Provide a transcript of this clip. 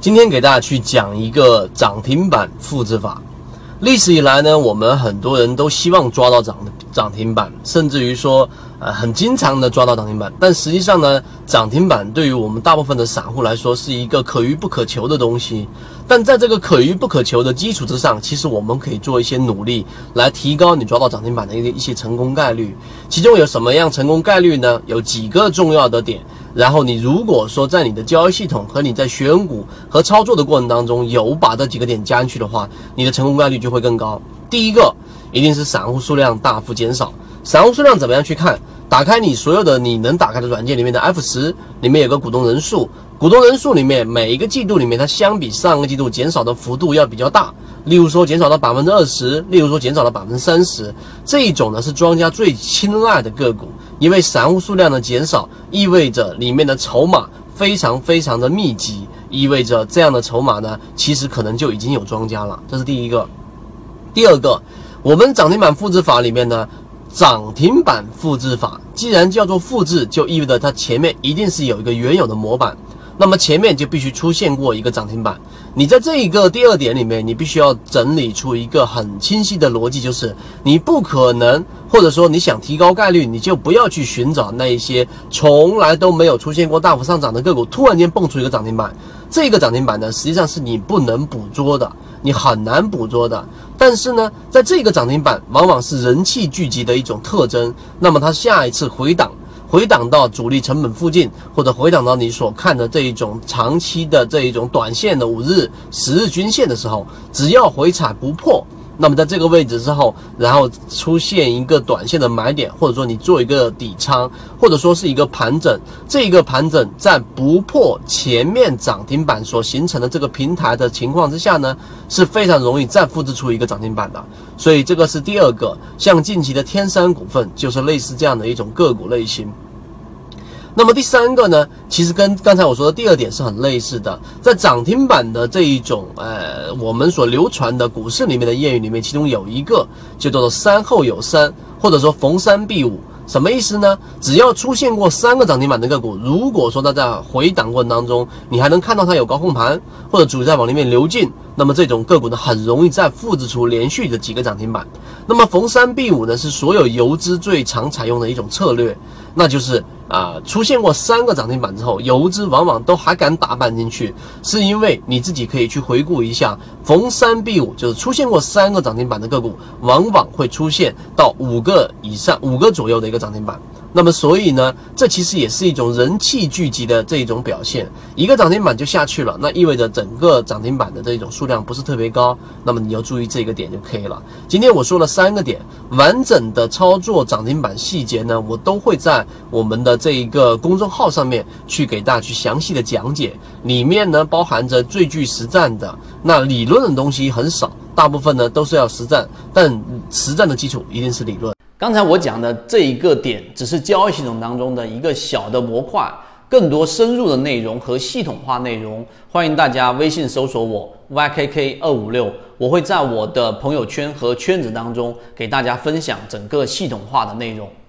今天给大家去讲一个涨停板复制法。历史以来呢，我们很多人都希望抓到涨停板，甚至于说很经常的抓到涨停板。但实际上呢，涨停板对于我们大部分的散户来说是一个可遇不可求的东西。但在这个可遇不可求的基础之上，其实我们可以做一些努力来提高你抓到涨停板的一些成功概率。其中有什么样成功概率呢？有几个重要的点。然后你如果说在你的交易系统和你在选股和操作的过程当中有把这几个点加进去的话，你的成功概率就会更高。第一个一定是散户数量大幅减少。散户数量怎么样去看？打开你所有的你能打开的软件里面的 F10， 里面有个股东人数，股东人数里面每一个季度里面它相比上个季度减少的幅度要比较大，例如说减少到 20%， 例如说减少到 30%， 这一种呢是庄家最青睐的个股。因为散户数量的减少意味着里面的筹码非常的密集，意味着这样的筹码呢其实可能就已经有庄家了，这是第一个。第二个，我们涨停板复制法里面呢，涨停板复制法既然叫做复制，就意味着它前面一定是有一个原有的模板，那么前面就必须出现过一个涨停板。你在这一个第二点里面，你必须要整理出一个很清晰的逻辑，就是你不可能，或者说你想提高概率，你就不要去寻找那一些从来都没有出现过大幅上涨的个股突然间蹦出一个涨停板。这个涨停板呢，实际上是你不能捕捉的，你很难捕捉的。但是呢，在这个涨停板往往是人气聚集的一种特征，那么它下一次回档到主力成本附近，或者回档到你所看的这一种长期的这一种短线的5日、10日均线的时候，只要回踩不破，那么在这个位置之后，然后出现一个短线的买点，或者说你做一个底仓，或者说是一个盘整，这个盘整在不破前面涨停板所形成的这个平台的情况之下呢，是非常容易再复制出一个涨停板的。所以这个是第二个，像近期的天山股份就是类似这样的一种个股类型。那么第三个呢，其实跟刚才我说的第二点是很类似的，在涨停板的这一种我们所流传的股市里面的谚语里面，其中有一个就叫做三后有三，或者说逢三必五。什么意思呢？只要出现过3个涨停板的个股，如果说它在回档过程当中，你还能看到它有高控盘或者主力在往里面流进，那么这种个股呢，很容易再复制出连续的几个涨停板。那么逢三必五呢，是所有游资最常采用的一种策略，那就是出现过3个涨停板之后，游资往往都还敢打板进去，是因为你自己可以去回顾一下，逢三必五就是出现过3个涨停板的个股，往往会出现到5个以上、5个左右的一个涨停板。那么所以呢，这其实也是一种人气聚集的这一种表现，一个涨停板就下去了，那意味着整个涨停板的这种数量不是特别高，那么你要注意这个点就可以了。今天我说了3个点，完整的操作涨停板细节呢，我都会在我们的这一个公众号上面去给大家去详细的讲解，里面呢包含着最具实战的，那理论的东西很少，大部分呢都是要实战，但实战的基础一定是理论。 刚才我讲的这一个点只是交易系统当中的一个小的模块，更多深入的内容和系统化内容，欢迎大家微信搜索我 YKK256， 我会在我的朋友圈和圈子当中给大家分享整个系统化的内容。